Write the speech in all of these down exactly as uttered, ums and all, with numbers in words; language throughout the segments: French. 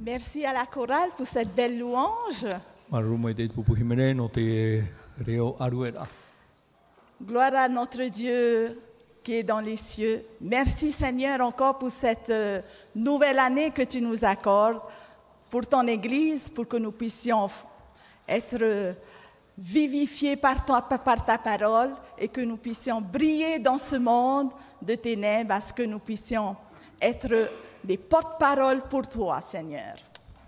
Merci à la chorale pour cette belle louange. Gloire à notre Dieu qui est dans les cieux. Merci Seigneur encore pour cette euh, nouvelle année que tu nous accordes, pour ton Église, pour que nous puissions être euh, vivifiés par ta, par ta parole et que nous puissions briller dans ce monde de ténèbres, à ce que nous puissions être des porte-paroles pour toi, Seigneur.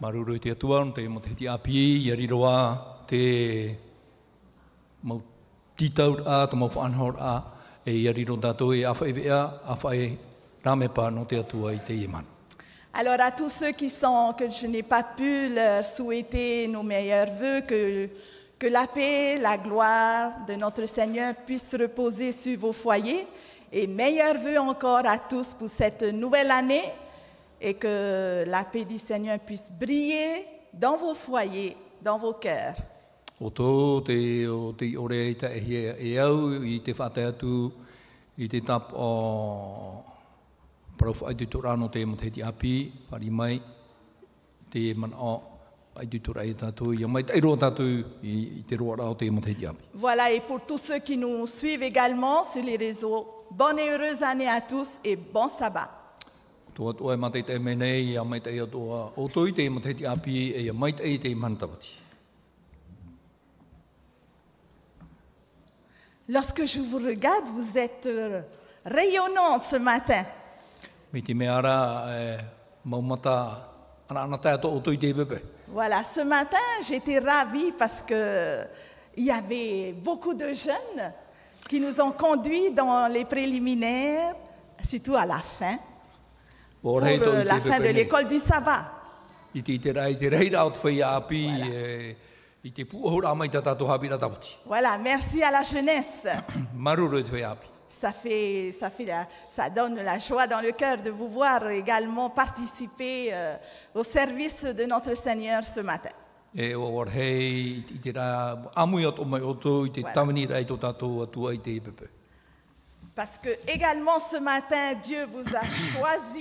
Alors à tous ceux qui sont, que je n'ai pas pu leur souhaiter nos meilleurs vœux, que, que la paix, la gloire de notre Seigneur puisse reposer sur vos foyers, et meilleurs vœux encore à tous pour cette nouvelle année, et que la paix du Seigneur puisse briller dans vos foyers, dans vos cœurs. Oto te o te ore ta e e au I te whāteatu I te tap o parau ai te torano te mo te te api pari mai te man o ai te tora e tatu I mai te ro tatu I te roa rao te mo te te api. Voilà, et pour tous ceux qui nous suivent également sur les réseaux, bonne et heureuse année à tous et bon sabbat. Toa toa e mate te menei ia mai te ia toa o toi te mo te te api e ia mai te te manatawati. Lorsque je vous regarde, vous êtes euh, rayonnant ce matin. Voilà, ce matin, j'étais ravie parce qu'il y avait beaucoup de jeunes qui nous ont conduits dans les préliminaires, surtout à la fin, pour euh, la fin de l'école du sabbat. Voilà, merci à la jeunesse. Ça, fait, ça, fait la, ça donne la joie dans le cœur de vous voir également participer euh, au service de notre Seigneur ce matin. Voilà. Parce que également ce matin, Dieu vous a choisi.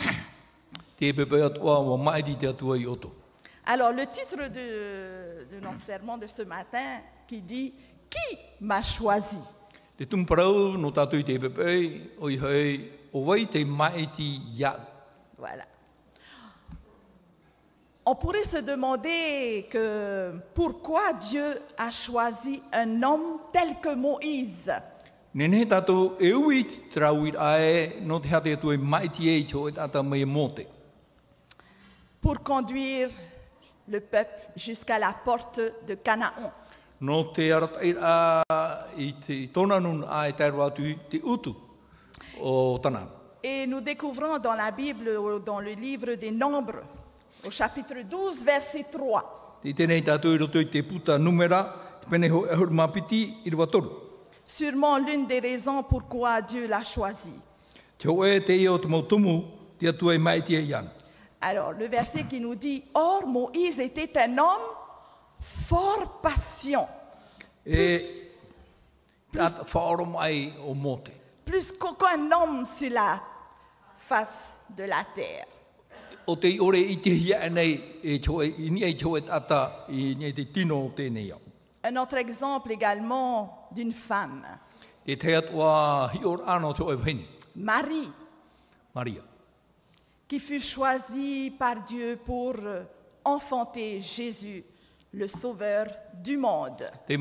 Alors, le titre de, de notre sermon de ce matin qui dit « Qui m'a choisi ?» Voilà. On pourrait se demander que pourquoi Dieu a choisi un homme tel que Moïse. Pour conduire le peuple jusqu'à la porte de Canaan. Et nous découvrons dans la Bible, dans le livre des Nombres, au chapitre douze, verset trois. Sûrement l'une des raisons pourquoi Dieu l'a choisi. Alors, le verset qui nous dit « Or, Moïse était un homme fort patient. Plus, plus, plus qu'aucun homme sur la face de la terre. » Un autre exemple également d'une femme. Marie. Maria. Qui fut choisie par Dieu pour enfanter Jésus, le Sauveur du monde.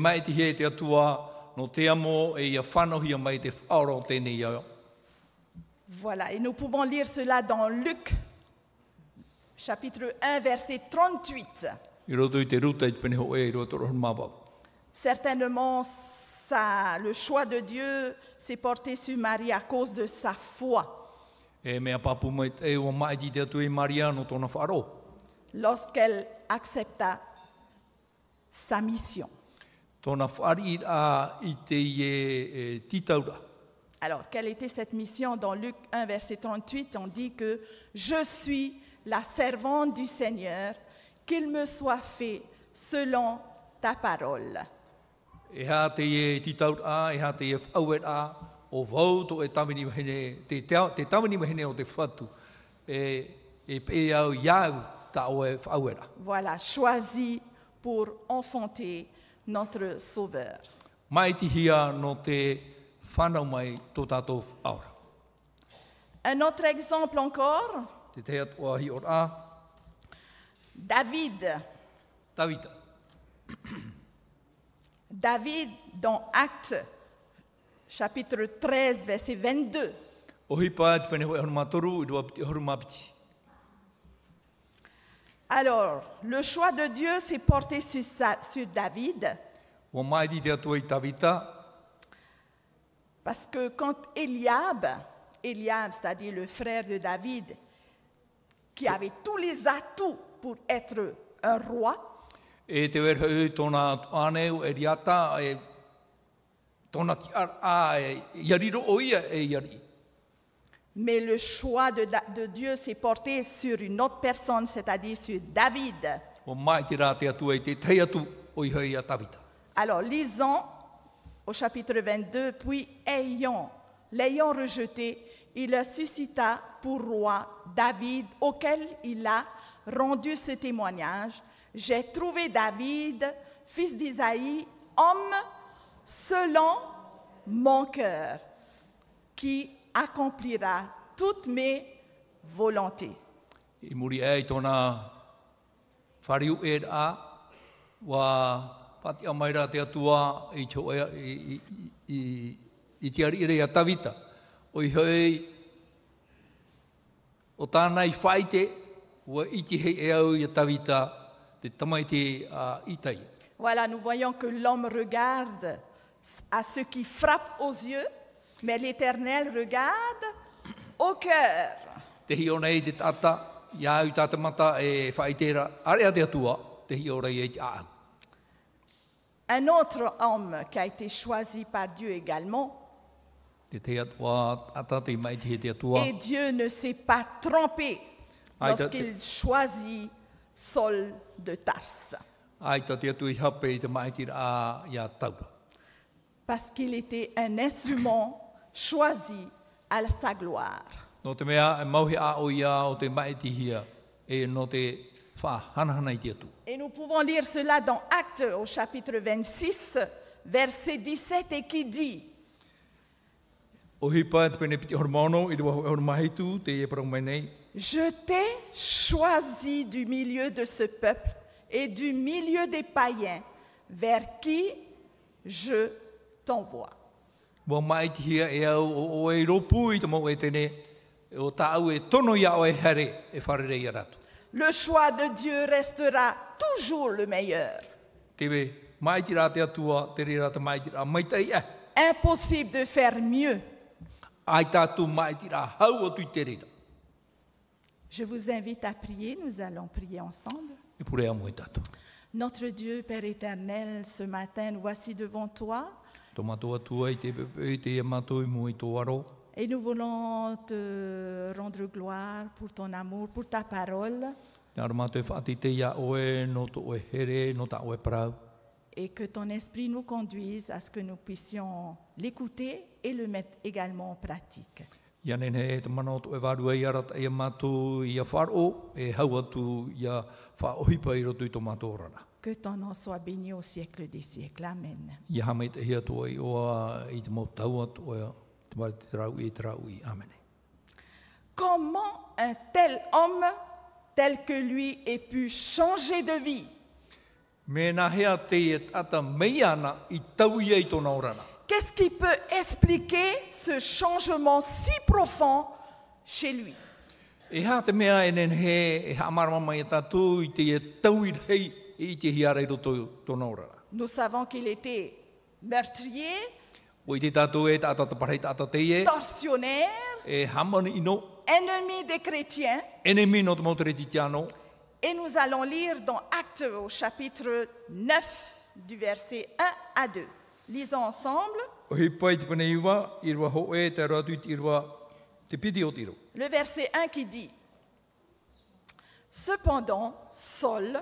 Voilà, et nous pouvons lire cela dans Luc, chapitre un, verset trente-huit. Certainement, ça, le choix de Dieu s'est porté sur Marie à cause de sa foi. Lorsqu'elle accepta sa mission. Alors, quelle était cette mission? Dans Luc un, verset trente-huit, on dit que « Je suis la servante du Seigneur, qu'il me soit fait selon ta parole. » O vau to e tamini mahene, te, te tamini mahene o te whatu, e, e pe au iau ta oe whaauera. Voilà, choisi pour enfanter notre Sauveur. Mai tihia no te whanau mai tō tātou aura. Un autre exemple encore, Te te atua hi ora, David. Tawita. David, dans Actes, chapitre treize, verset vingt-deux. O hipa te pene hoi honu mātoru, i rua piti horu mapiti. Alors, le choix de Dieu s'est porté sur, sa- sur David, Wa mai di te atua i Tawita, parce que quand Eliab, Eliab, c'est-à-dire le frère de David, qui avait tous les atouts pour être un roi, e te wera ui tōna aneu e riata, e tōna ki ar a e iariro o ia e iari. mais le choix de, Da- de Dieu s'est porté sur une autre personne, c'est-à-dire sur David. O mai te rā te atua i te tei atu o i hei a Tawita. Alors, lisons au chapitre vingt-deux, puis ayant, l'ayant rejeté, il le suscita pour roi David, auquel il a rendu ce témoignage. J'ai trouvé David, fils d'Isaïe, homme selon mon cœur, qui accomplira toutes mes volontés. I muri e i tōna whariu e a, wa pati a maira te atua i tō ea i, i, i, i te ari ere a Tawita. O i hei, o tānei whaite, wa iti hei e au i a Tawita, te tamai te uh, itai. Voilà, nous voyons que l'homme regarde à ce qui frappe aux yeux, mais l'Éternel regarde au cœur. Te hi o nei te tata, ia au tata mata e whaitera, are a te atua, te hi o rei e te aau. Un autre homme qui a été choisi par Dieu également, Te te atua, ata te mai te he te atua. et Dieu ne s'est pas trompé Ah, il t'a- lorsqu'il choisit Saul de Tarse, Ai ta te atu i hape i te mai te a ia taura. parce qu'il était un instrument choisi à sa gloire. No te mea, e mauhi a o ia o te mai te hia, e no te wha hanahana i te atu. Et nous pouvons lire cela dans Actes au chapitre vingt-six, verset dix-sept, et qui dit: O hipa te pene piti hormono, i rua hormahitu, te e parau mai nei. Je t'ai choisi du milieu de ce peuple et du milieu des païens, vers qui je t'envoie. Wa mai te hia e au o, o e ropu i te mau e tene, e o tāu e tono ia o e here, e wharere i ratu. Le choix de Dieu restera toujours le meilleur. Tewe, mai te rā te atua, te re rā te mai te rā, mai te ia. Impossible de faire mieux. Ai tātu mai te rā, hau o tui te rira. Je vous invite à prier, nous allons prier ensemble. E pure a mo i tātu. Notre Dieu, Père éternel, ce matin, nous voici devant toi Tō mātou atua i te pepe, i te e mātou i mo i tō aro. et nous voulons te rendre gloire pour ton amour, pour ta parole, Nā ara mātou e whaati te ia oe, no tō oe here, no tā oe parau. et que ton esprit nous conduise à ce que nous puissions l'écouter et le mettre également en pratique. Ia nene e te mana o tō e wārua i arat e mātou i a wharo, e hau atu i a whaohipa i roto i tō mātou rana. Que ton nom soit béni au siècle des siècles. Amen. Ia hama i te hia tō i oa i te mau tau atu oe, te mara te rau i te rau i. Amen. Comment un tel homme, tel que lui, ait pu changer de vie? Me nā hea te e tata meiana i tau i ei tōna orana. Qu'est-ce qui peut expliquer ce changement si profond chez lui? E hā te mea e nen he, e hamarama mai e tātou i te e tau i rei i te hiara i roto tōna orana. Nous savons qu'il était meurtrier, O i te tātou e tātata parhei tāta te e, tortionnaire, e hamani ino, ennemi des chrétiens. enemi no te mautere ti tiano, Et nous allons lire dans Actes au chapitre neuf du verset un à deux. Lisons ensemble o hi pai te pane iwa, i rua ho e, te ratu i rua te piti o tiro. le verset un qui dit: Cependant, Saul,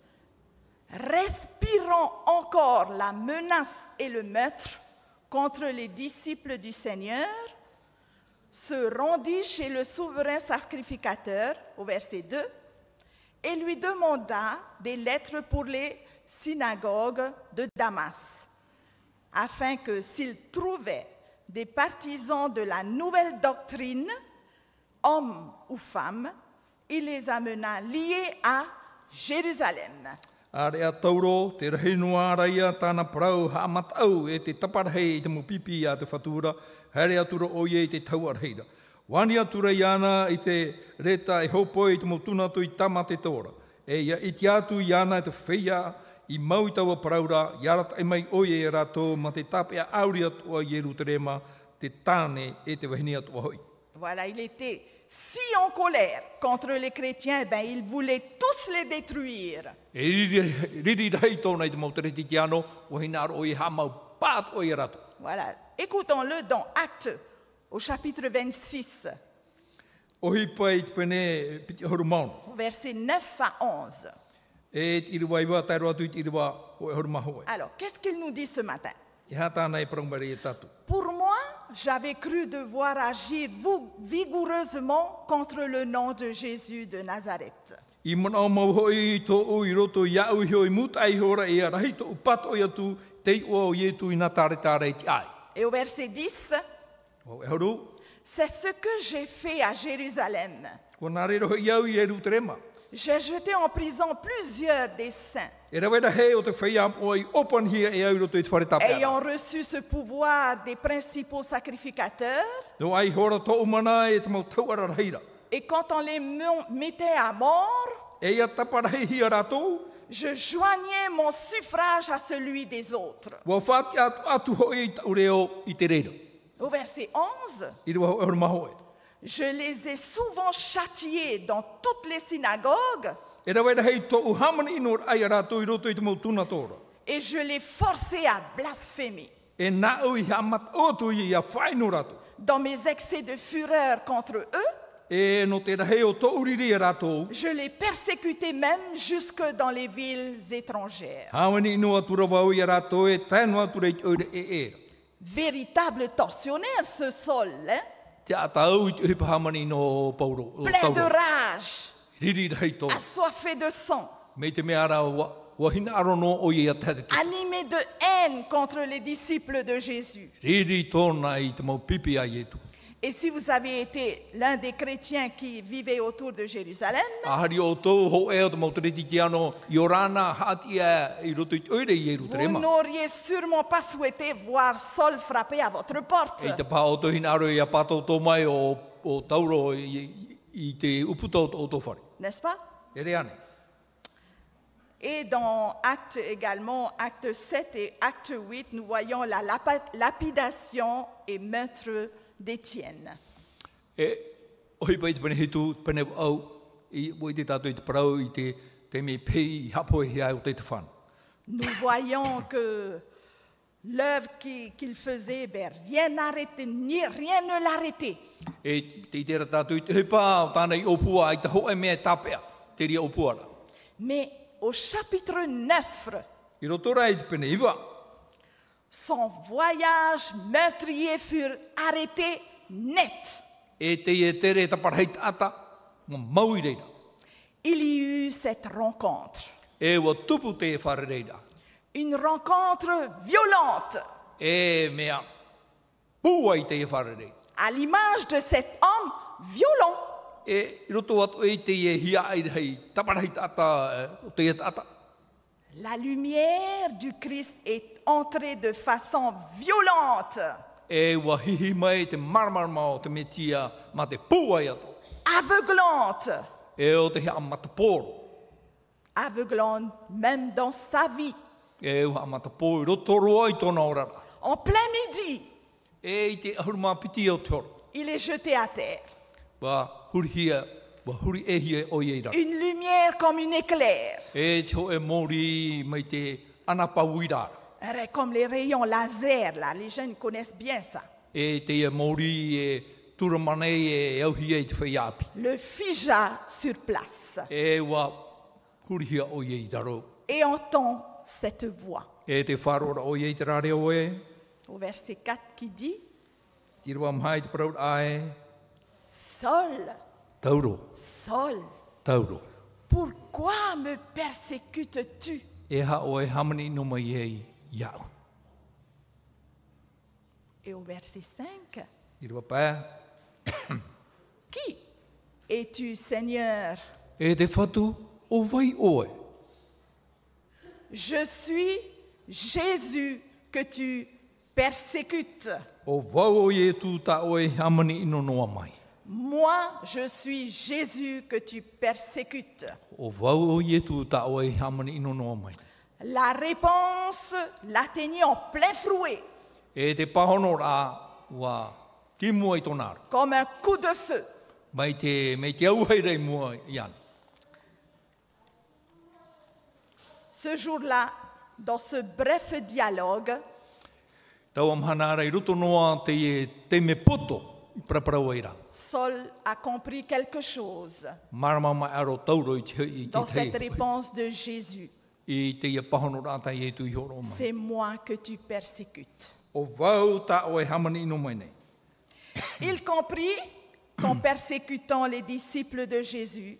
respirant encore la menace et le meurtre contre les disciples du Seigneur, se rendit chez le souverain sacrificateur, au verset deux, et lui demanda des lettres pour les synagogues de Damas, afin que s'il trouvait des partisans de la nouvelle doctrine, hommes ou femmes, il les amena liés à Jérusalem. Are a tauro, te rahinua raia tāna parau ha matau e te taparhei te mupipi a te whatura, here atura o ie te tau arheira. Wani atura iana i te reta e hopo i te motuna tu i tama te tora. E ia iti atu iana i te whia i mau i taua paraura, iarat e mai oie e rato ma te tape a auri atua i Jerusalema, te tāne e te wahini atua hoi. Voilà, il était si en colère contre les chrétiens, eh ben, il voulait tous les détruire. E riri riri rei tōna i te mautareti te ano, o hinaro o i hamau pāt o i rato. Voilà, écoutons-le dans Actes, au chapitre vingt-six, Ohi pai te pene piti horu mauna. versets neuf à onze. E te iriwa iwa, tairo atu i te iriwa o e horu maho e. Alors, qu'est-ce qu'il nous dit ce matin? Te hātāna e parangmari e tatu. Pour moi, j'avais cru devoir agir vou- vigoureusement contre le nom de Jésus de Nazareth. I mana o mau hoi tō o i roto i au hoi muta i hora e a rahi tō upato i atu te ua o ietu i nā tāre tāre i te ai. Et au verset dix, O e horu, c'est ce que j'ai fait à Jérusalem. ko nā rero hoi au i e rutrema. J'ai jeté en prison plusieurs des saints, E rawera hei o te whaia o i opan hia e au roto i te whare tape ara. ayant reçu ce pouvoir des principaux sacrificateurs. No ai hora tō umana e te mau tauara rahira. Et quand on les mon- mettait à mort, E ia taparahi hia rātou, je joignais mon suffrage à celui des autres. wa whāti atu, atu hoi i taureo i te reira. Au verset onze, I rewa hoi horu maho e. je les ai souvent châtiés dans toutes les synagogues E rawera hei tō uhamani ino ai a rātou i roto i te mau tuna tōra. et je les forçais à blasphémer. E nā au i hamat otu i a whai no rātou. Dans mes excès de fureur contre eux, E no te rahe o tō uriri a rātou, je les persécutais même jusque dans les villes étrangères. hāwani ino atura wau i a rātou e tēnu atura i te oire e era. Véritable tortionnaire, ce Saul, hein? Te atau i te hipa hamani no Paulo. o Plein de Tauro. rage, Riri rei tō. assoiffé de sang, Me te mea ara wa, wa hina arono o i a tēte. animé de haine contre les disciples de Jésus. Riri tōna i te mau pipi a ietu. Et si vous avez été l'un des chrétiens qui vivaient autour de Jérusalem, Ahari o tō ho e o te mau tereti te ano, i orana hati e i roto i te oire i e vous rutrema. n'auriez sûrement pas souhaité voir Saul frapper à votre porte. E te pā o tō hina aro i a pātou tō mai o, o tauro i, i te uputa o, o tō whare. N'est-ce pas? E re ane. Et dans Acte également, Acte sept et Acte huit, nous voyons la lapa- lapidation et meurtre d'Étienne. E ohi pai te pene hitu, pene au, i oi te tātou i te parau i te, te me pei i hapo e hea o te te whana. Nous voyons que l'œuvre qui- qu'il faisait, ben, rien, n'arrêtait, ni- rien ne l'arrêtait. E te i tera tātou i te hipa o tāna i opua, i te hoa mea tapea, te ria opuara. Mais au chapitre neuf, I rotora i te pene iwa, son voyage meurtrier fut arrêté net. e te i e tere taparhei ata, mo mau i reira. Il y eut cette rencontre. E wa tupu te e whare reira. Une rencontre violente, E mea pua i te e whare reira. à l'image de cet homme violent. E i roto atu e te e hia ai rei, taparhei ata, o te e ata. La lumière du Christ est entrée de façon violente, E wa hihi mai te marmarma o te metia ma te pua i ato. aveuglante, E o te hea mataporo. aveuglante même dans sa vie. E o hea mataporo i roto roa i tōna orara. En plein midi, E i te ahuruma piti o te ora. il est jeté à terre. Wa huri hia, wa huri e hia o i rara. Une lumière comme une éclair, E te ho e mori mai te anapa uirara. comme les rayons laser, là, les jeunes connaissent bien ça. E te e mori e turamanei e au hia i te whaiapi. Le figea sur place E wa huri hia o i raro. et entend cette voix. E te wharora o i te rare o e. Au verset quatre qui dit, Tirwa mhai te paraut ae. Saul, Tauro, Saul, tauro. pourquoi me persécutes-tu? E ha oe hamani no mai ei iau. Et au verset cinq, I rua pā, qui es-tu, Seigneur? e te whatu o vai oe. Je suis Jésus que tu persécutes. O vau o ie tu ta oe hamani ino noa mai. Moi, je suis Jésus que tu persécutes. O vau o ie tu ta oe hamani ino noa mai. La réponse l'atteignit en plein fouet, E te pahono rā wa ki mua i tonaru. comme un coup de feu. Mai te, mei te auhei rei mua i ana. Ce jour-là, dans ce bref dialogue, Tau am hana rei ruto noa te e te me poto i praparau eira. Saul a compris quelque chose Marama mai aro tauro i te i te dans cette te. réponse de Jésus. I te ia pahono rā tai e tu i horo mai. C'est moi que tu persécutes. O vau ta oe hamani ino mai nei. Il comprit qu'en persécutant les disciples de Jésus,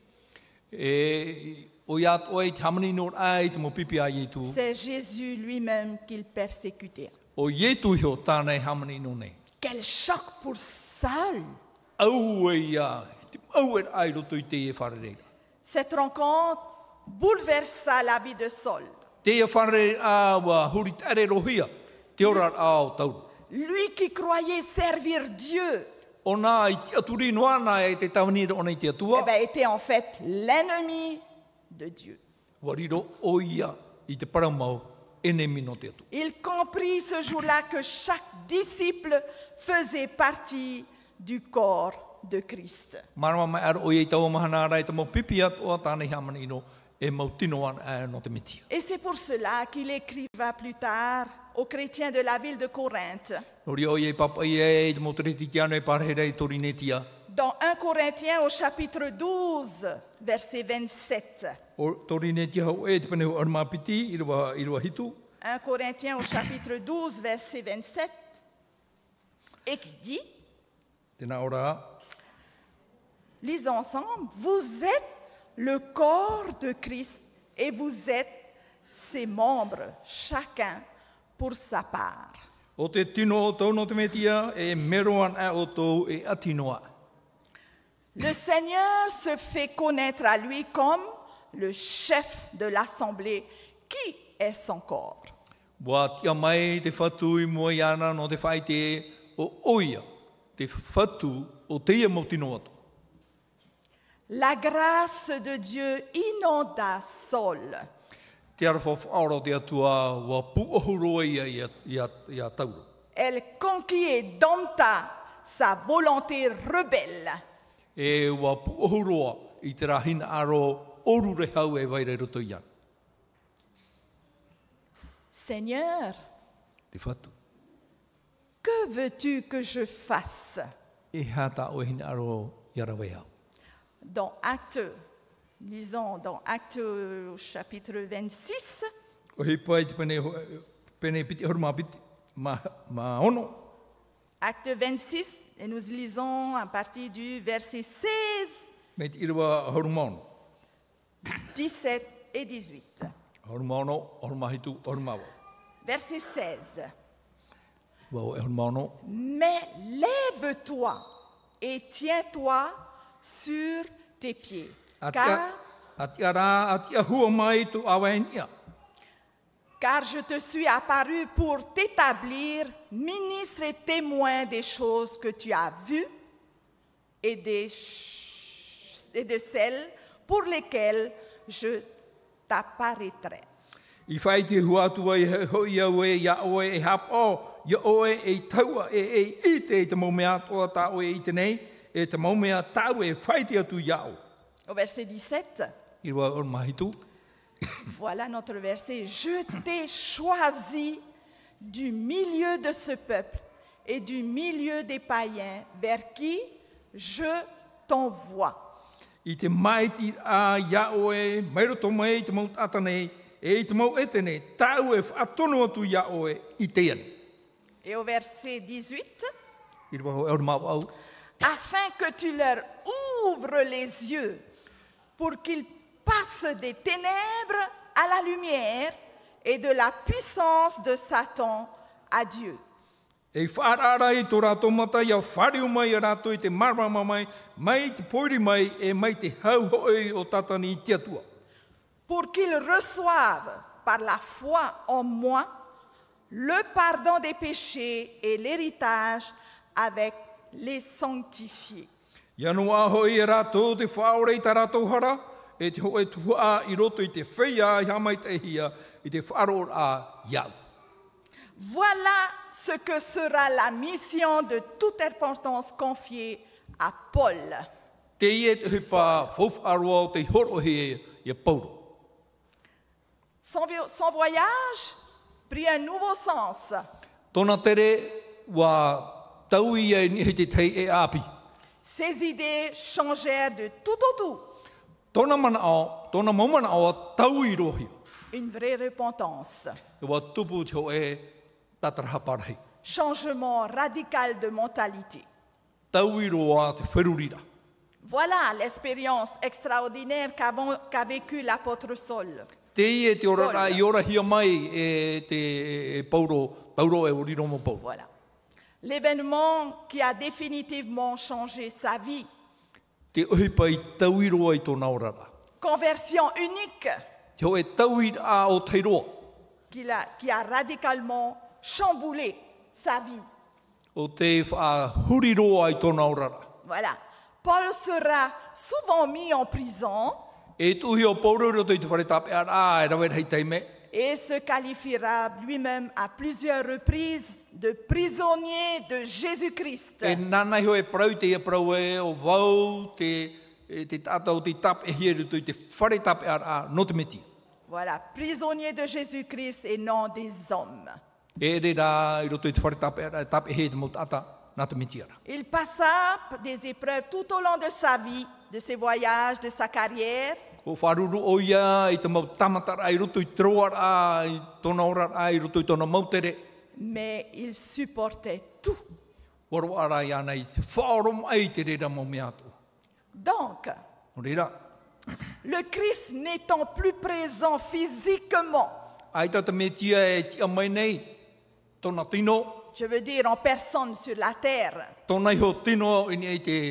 E o ia oe te hamani ino ai te mo pipi ai e tu. c'est Jésus lui-même qu'il persécutait. O ie tu hio tānei hamani ino nei. Quel choc pour Saul! Au e ia, te au e ai roto i te e wharere. Cette rencontre bouleversa la vie de Saul. Te e wharere a wa huri tare rohia, te ora ao tauru. Lui qui croyait servir Dieu, O nā i te aturi noana e te tawanira o nei te eh atua, ben, était en fait l'ennemi de Dieu. wariro o ia i te paramau ene mino te atu. Il comprit ce jour-là que chaque disciple faisait partie du corps de Christ. Marama mai aro o iei tau mahana rai te mo pipi atua tānei hamani ino e mau tino ana e no te mitia. Et c'est pour cela qu'il écriva plus tard aux chrétiens de la ville de Corinthe, Nori o iei papa iei te mo tereti tiano e parherei torinetia. dans un Corinthiens au chapitre douze, verset vingt-sept. O torinetia hau e te panehu armapiti i rua, i rua hitu. un Corinthiens au chapitre douze, verset vingt-sept, et qui dit, Tēnā ora, lisons ensemble, vous êtes le corps de Christ et vous êtes ses membres, chacun pour sa part. o te tino o tau no te metia e meroan a o tau e atinoa. Le Seigneur se fait connaître à lui comme le chef de l'assemblée qui est son corps. Wa tia mai te whatu i mua i ana no te whai te o oia, te whatu o te ia mo tino atu. La grâce de Dieu inonda Saul. Te arafo whaoro te atua wa pu ohuro ia i a, i a, i a tauro. Elle conquit et dompta sa volonté rebelle. E wa pu ohuroa i te rahina aro oru re hau e vaire roto i ana. Seigneur, Te whatu. que veux-tu que je fasse? E hata o hina aro i arawai hau. Dans Actes, lisons dans Actes au chapitre vingt-six, O he pai te pene, pene piti horma piti, ma, ma ono. Actes vingt-six, et nous lisons à partir du verset seize, Me te irawa horumaono. dix-sept et dix-huit. Horumaono, horumahitu, horumawa. Verset seize. Wau e horumaono. Mais lève-toi et tiens-toi sur tes pieds, car, Ati ara, ati ahua mai tu awainia. car je te suis apparu pour t'établir ministre et témoin des choses que tu as vues et, des ch- et de celles pour lesquelles je t'apparaîtrai. I whai te huatua i hoi au e ia oe e hapo, ia oe e taua e e i te e te maumea toa ta oe i te nei, e te maumea tau e whai te atu iau. Au verset dix-sept, I rua o mahitu, voilà notre verset. Je t'ai choisi du milieu de ce peuple et du milieu des païens vers qui je t'envoie. i te maiti a ia oe, mairoto mai i te maut atanei, e i te mau etene, tau e whaatono atu ia oe i te ane. Et au verset dix-huit, I rua o e o mau au, afin que tu leur ouvres les yeux pour qu'ils passe des ténèbres à la lumière et de la puissance de Satan à Dieu. E whaarara i tō rātou mata ia whariu mai a rātou i te marama mai, mai te poiri mai e mai te hauhoi o tatani i te atua. Pour qu'ils reçoivent par la foi en moi le pardon des péchés et l'héritage avec les sanctifiés. Ia no ahoi e rātou te whaore i tā rātou hara, e te hoe tuhua i roto i te whea i hamai te hia i te whaaro a iau. Voilà ce que sera la mission de toute importance confiée à Paul. Te ie te hupa whawharoa o te horo he i Paulo. Son, son voyage prit un nouveau sens. Tōna tere wa tau ia ni he te tei e api. Ses idées changèrent de tout au tout. Tōna mana ao, tōna maumana ao tau i rohi. Une vraie repentance. E wa tupu te ho e tataraha parahi. Changement radical de mentalité. Tau i roa te wherurira. Voilà l'expérience extraordinaire qu'a qu'a vécu l'apôtre Saul. Te ie te ora i ora hia mai e te e Paulo, Paulo e oriro mo Paulo. Voilà. L'événement qui a définitivement changé sa vie. Te uhipa i tau i roa i tōna orara. Conversion unique. Te ho e tau i a o te roa. Qui a, qui a radicalement chamboulé sa vie. O te wha huri roa i tōna orara. Voilà. Paul sera souvent mis en prison. E tuhi o Paulo roto i te whare tape ara e rawe hei teime. Et se qualifiera lui-même à plusieurs reprises de prisonnier de Jésus-Christ. E nanai ho e prau te e prau e o vau te, e te tata o te tape e hie roto i te whare tape ara no te meti. Voilà, prisonnier de Jésus-Christ et non des hommes. E re rā i roto i te whare tape ara tape e hie te mo tata nā te meti ara. Il passa des épreuves tout au long de sa vie, de ses voyages, de sa carrière. O wharuru o ia i te mau tamatara i roto i troara i tōna orara i roto i tōna mautere. Mais il supportait tout. Waro ara i ana i te whaorom ai te rera mo me ato. Donc, O rera, le Christ n'étant plus présent physiquement, ai tata me tia e tia mai nei, tōna tino, je veux dire en personne sur la terre, tōna iho tino i ni te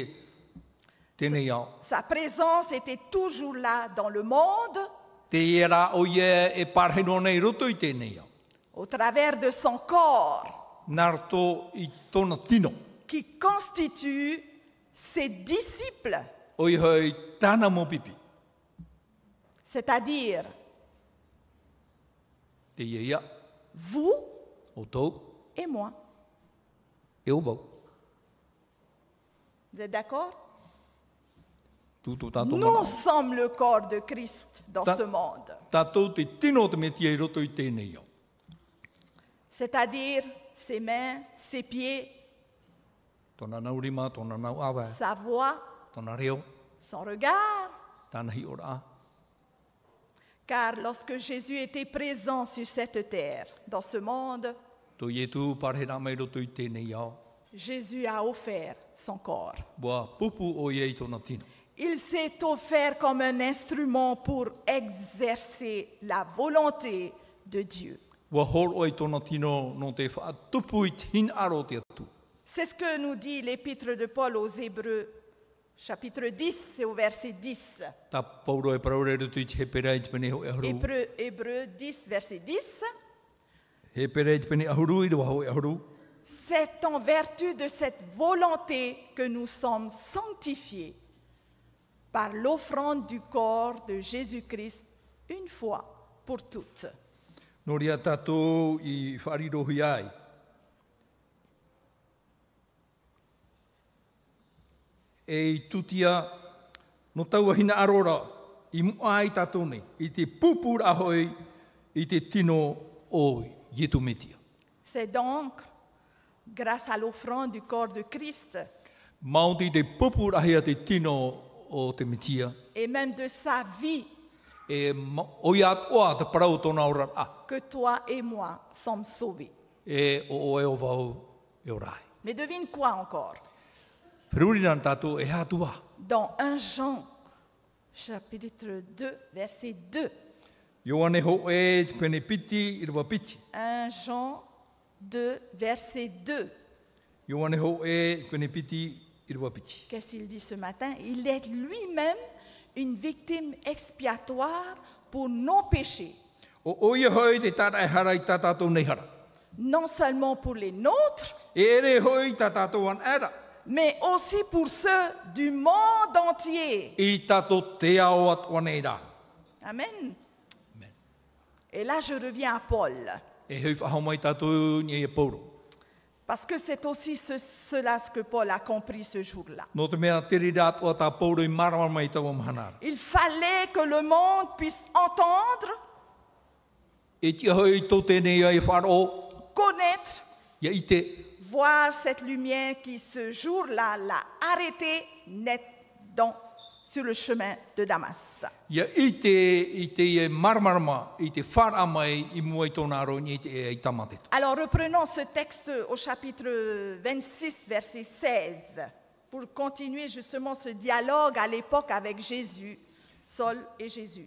tēnei au. sa présence était toujours là dans le monde, Te iera o ia e parheno nei roto i tēnei au. au travers de son corps, Narto i tōna tino, qui constitue ses disciples, o iho i tāna mo pipi. c'est-à-dire Te ia ia, vous o tau, et moi. e o vau. Vous êtes d'accord? Tūtō tātou Nous mana. sommes le corps de Christ dans Ta- ce monde, Tātou te tino te me tia i roto i tēnei au. c'est-à-dire ses mains, ses pieds, Tōna naurima, tōna nau awa, sa voix, tōna reo, son regard. tāna hi ora a. Car lorsque Jésus était présent sur cette terre, dans ce monde, Tō ietu parhera mai roto i tēnei au. Jésus a offert son corps. Boa pupu o ia i tōna tino. Il s'est offert comme un instrument pour exercer la volonté de Dieu. Wa hor o i tōna tino no te whaatupu i tin aro te atu. C'est ce que nous dit l'épître de Paul aux Hébreux, chapitre dix, et au verset dix. Tā pauro e praure roto i te he pera i te pene ho e ahuru. Hébreux, Hébreux dix, verset dix. He pera i te pene ahuru i te waho e ahuru. C'est en vertu de cette volonté que nous sommes sanctifiés par l'offrande du corps de Jésus-Christ une fois pour toutes. No ria tātou i wharirohi ai. E i tutia, no taua hina arora, i mua ai tātou nei, i te pupur ahoi, i te tino o Ietu metia. C'est donc grâce à l'offrande du corps de Christ Maunti te pupur ahia te tino o te metia, et même de sa vie e ma- o ia oa te parau tōna ora a, que toi et moi sommes sauvés. e o o e o vau e o rai. Mais devine quoi encore? Peruri nan tātou e hatua. Dans un Jean, chapitre deux, verset deux. Ioane ho e te pene piti i rwa piti. un Jean deux, verset deux. Ioane ho e te pene piti i rwa piti. Qu'est-ce qu'il dit ce matin? Il est lui-même une victime expiatoire pour nos péchés. O o ia hoi te tata e hara i tatatou nei hara. Non seulement pour les nôtres, E ere hoi i tatatou an era. mais aussi pour ceux du monde entier. I tato te ao atu anei rā. Amen. Amen. Et là, je reviens à Paul. E hui whahau mai tatou ni e pauro. Parce que c'est aussi ce, cela ce que Paul a compris ce jour-là. No te mea tiri rā tua tā pauro i marawar mai tau am hanara. Il fallait que le monde puisse entendre, E tia hoi tō tēnei ai wharo. connaître, Ia i te. voir cette lumière qui, ce jour-là, l'a arrêté net dans, sur le chemin de Damas. Ia i te, i te e marmarama, i te whara mai i mua i tōna aro ni te e i tamatetu. Alors reprenons ce texte au chapitre vingt-six, verset seize, pour continuer justement ce dialogue à l'époque avec Jésus, Saul et Jésus.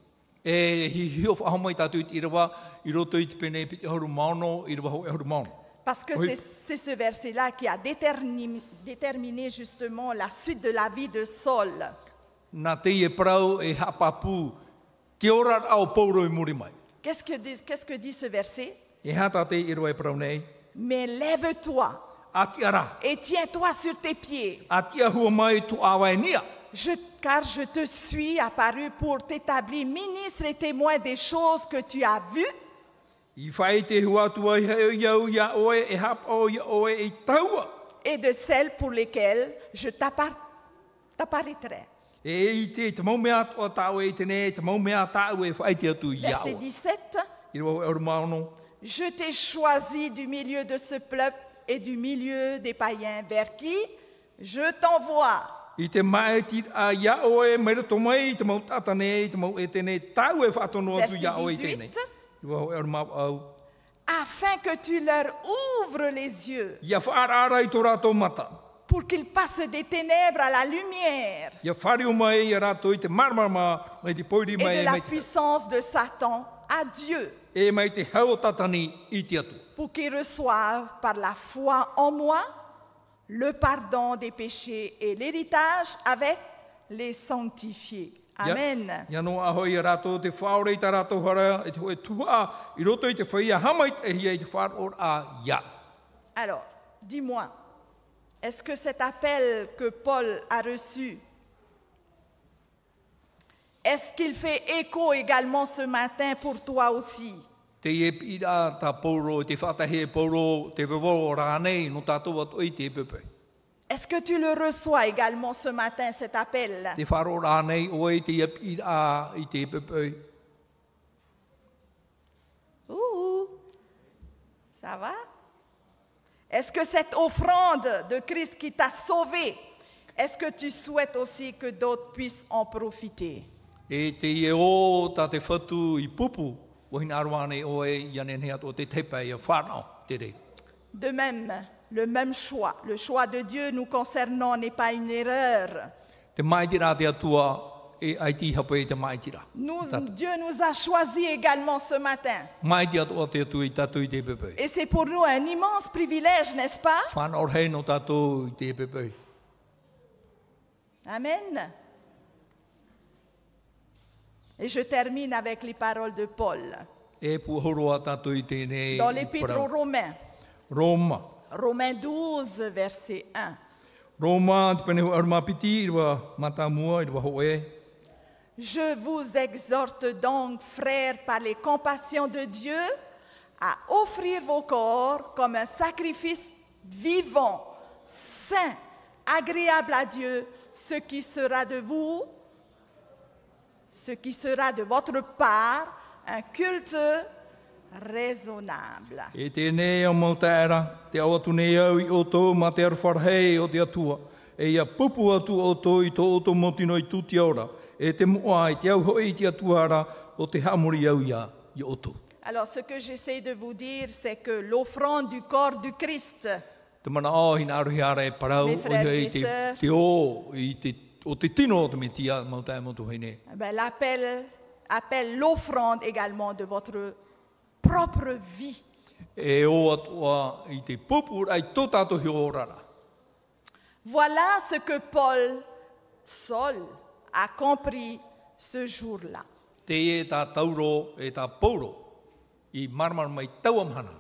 E hi hio whahau mai tātou i te irawa, i roto i te pene piti hauru maono, i rawa ho e hauru maono. Parce que Oui. c'est c'est ce verset-là qui a déterminé, déterminé justement la suite de la vie de Saul. Nā te i e parau e hapapu, te ora au pauro i muri mai. Qu'est-ce que dit, qu'est-ce que dit ce verset? E hata te i rawa e parau nei, Mais lève-toi ati ara, et tiens-toi sur tes pieds, ati ahua mai tu awa e nia. je, car je te suis apparu pour t'établir ministre et témoin des choses que tu as vues I whai te hua tua i heo iau ia oe e hap o ia oe i taua. et de celles pour lesquelles je t'appar- t'apparaîtrai. E i te te mau mea toa tau e tene, te mau mea tau e whai te atu ia Verset oe. dix-sept. I rawa ho e hauru maono. Je t'ai choisi du milieu de ce peuple et du milieu des païens vers qui je t'envoie. I te mai ti a ia oe, mai rato mai, i te mau tatane, i te mau e tene, tau e whatono atu Verset ia oe i tene. dix-huit. I rawa ho e hauru mau au. Afin que tu leur ouvres les yeux Ia whaarara i tō rātou mata. pour qu'ils passent des ténèbres à la lumière Ia whario mai i a rātou i te marmarama, mai te poiri et mai, de la mai, puissance de Satan à Dieu, e mai te hau tatani i te atu. pour qu'ils reçoivent par la foi en moi le pardon des péchés et l'héritage avec les sanctifiés. Amen. Ia no aho i a rātou te whaore i tā rātou hara, e te hoe tua, i roto i te whaia hamai e hia i te whaor a ia. Alors, dis-moi, est-ce que cet appel que Paul a reçu, est-ce qu'il fait écho également ce matin pour toi aussi? Te e pira tā pauro, te whatahe e pauro, te wewo rānei, no tātou atu i te pepe. Est-ce que tu le reçois également ce matin, cet appel? Te wharo rānei, oi te e pira i te pepe. Ouh, ça va? Est-ce que cette offrande de Christ qui t'a sauvé, est-ce que tu souhaites aussi que d'autres puissent en profiter? E te e o tā te whatu i pupu, wahina arwane oe, i anene atu o te tepe i a whanau, te rei. De même, le même choix, le choix de Dieu nous concernant n'est pas une erreur. Te maitira te atua, e aiti hape i te maitira. Nous, Dieu nous a choisis également ce matin. Maiti atua te atu i tatu i te pepe. Et c'est pour nous un immense privilège, n'est-ce pas? Whanau hei no tātou i te pepe. Amen. Et je termine avec les paroles de Paul E puhoroa tātou i tēnei. dans l'épître aux Romains, Roma. Romains douze, verset un. Roma, te pene ho arma piti, i rwa matamua, i rwa hoe. Je vous exhorte donc, frères, par les compassions de Dieu, à offrir vos corps comme un sacrifice vivant, saint, agréable à Dieu, ce qui sera de vous, ce qui sera de votre part, un culte raisonnable. E tēnei o mau tēra, te awatu nei au i oto, ma te arwharhei o te atua. E ia pupu atu oto i tō oto motino i tuti ora. E te mua i te au hoi i te atuara o te hamuri au ia i oto. Alors, ce que j'essaie de vous dire, c'est que l'offrande du corps du Christ, Te mana o hina aruhi ara e parau, Mes frères o i et te, sœurs. te o, i te o te tino o te metia mau tae mo tu hene. Eh ben, l'appel appelle l'offrande également de votre propre vie. E o atua i te pupu ai tō tātou hi orara. Voilà ce que Paul seul a compris ce jour-là. Te e tā tauro e tā pauro i marmar mai tauamhana.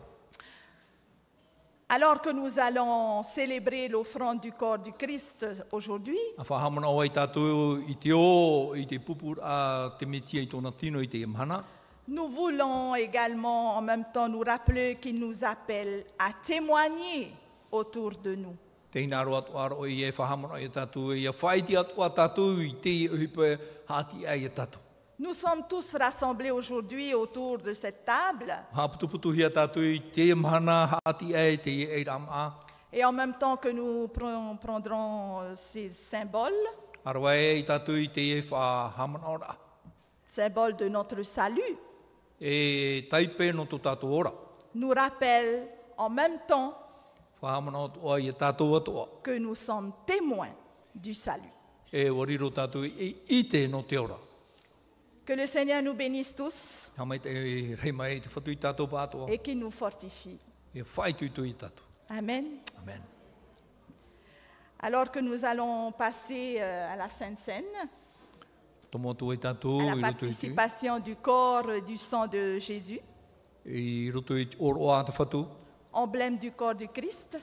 Alors que nous allons célébrer l'offrande du corps du Christ aujourd'hui, A whahamana o ai tātou i te o i te pupu a te metia i tōna tino i te imhana. nous voulons également en même temps nous rappeler qu'il nous appelle à témoigner autour de nous. Te hinaro atu aro i e whahamana i tātou i a whaiti atu a tātou i te i uhipe hati ai a tātou. Nous sommes tous rassemblés aujourd'hui autour de cette table Haputuputu hi a tātou i te imhana hati ai te i e rama. et en même temps que nous pre- prendrons ces symboles, Arawa e i tātou i te e whahamana ora. symboles de notre salut, E taipe no tō tātou ora. nous rappellent en même temps Whahamana o i a tātou atua. que nous sommes témoins du salut. E wariro tātou i, i te no te ora. Que le Seigneur nous bénisse tous Hamai te rei mai te whatu i tātou pātua. et qu'il nous fortifie. E whai tui tui i tātou. Amen. Amen. Alors que nous allons passer euh, à la Sainte Seine, Tomo tu i tātou à la i roto i tui. participation du corps et du sang de Jésus, I roto i oro a te whatu. emblème du corps du Christ.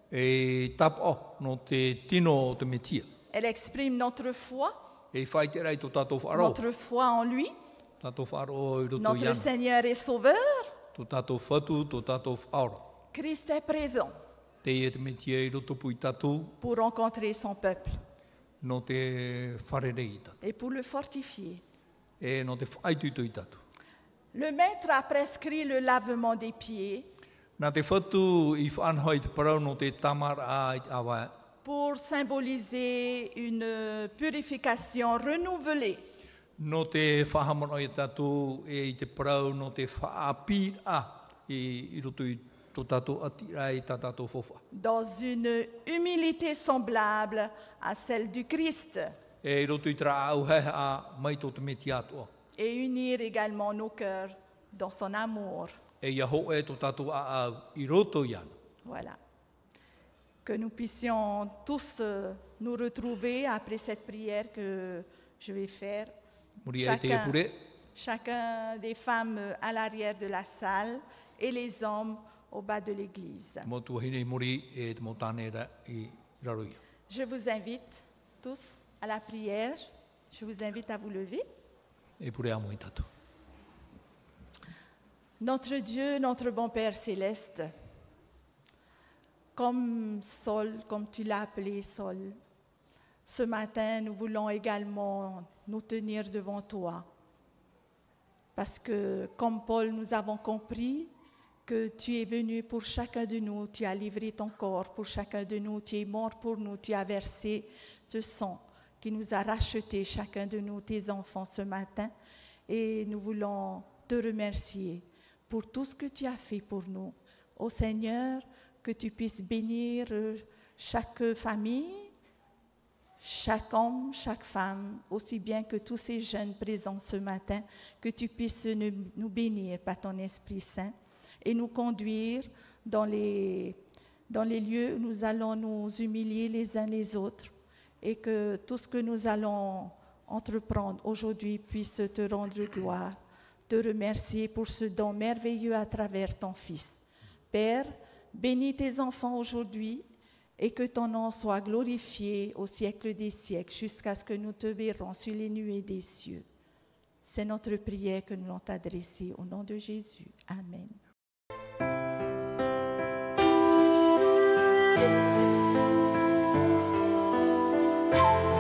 E tap o no te tino o te metia. Elle exprime notre foi, E whai te rei tō tātou whaaro. notre foi en lui, Tātou whaaro i roto i notre ana. Seigneur et Sauveur. Tō tātou whatu, tō tātou whaaro. Christ est présent Te e te metia i roto pu i tātou. pour rencontrer son peuple No te wharere i tātou. et pour le fortifier. E no te whai tui tui i tātou. Le maître a prescrit le lavement des pieds Nā te whatu i whanhoi te parau no te tamara a i te awa. pour symboliser une purification renouvelée. No te whahamana i tātou e i te parau no te whaapir a i, i roto i tō tātou atira i tā tātou fofa. Dans une humilité semblable à celle du Christ, E i roto i tera au hea a mai tō te meti atua. et unir également nos cœurs dans son amour. E ia ho e tō tātou a au i roto i ana. Voilà. Que nous puissions tous euh, nous retrouver après cette prière que je vais faire. Muri e te e Chacun, pure, chacun des femmes à l'arrière de la salle et les hommes au bas de l'église. mō tu hine muri e te mō tānera i raroi. Je vous invite tous à la prière. Je vous invite à vous lever. E pure amo i tātou. Notre Dieu, notre bon Père céleste, comme Saul, comme tu l'as appelé Saul, ce matin, nous voulons également nous tenir devant toi. Parce que, comme Paul, nous avons compris que tu es venu pour chacun de nous, tu as livré ton corps pour chacun de nous, tu es mort pour nous, tu as versé ce sang qui nous a racheté, chacun de nous, tes enfants, ce matin. Et nous voulons te remercier pour tout ce que tu as fait pour nous. Ô Seigneur, que tu puisses bénir chaque famille, chaque homme, chaque femme, aussi bien que tous ces jeunes présents ce matin, que tu puisses nous, nous bénir par ton Esprit Saint et nous conduire dans les, dans les lieux où nous allons nous humilier les uns les autres et que tout ce que nous allons entreprendre aujourd'hui puisse te rendre gloire, te remercier pour ce don merveilleux à travers ton Fils. Père, bénis tes enfants aujourd'hui et que ton nom soit glorifié au siècle des siècles jusqu'à ce que nous te verrons sur les nuées des cieux. C'est notre prière que nous l'avons adressée au nom de Jésus. Amen. Thank you.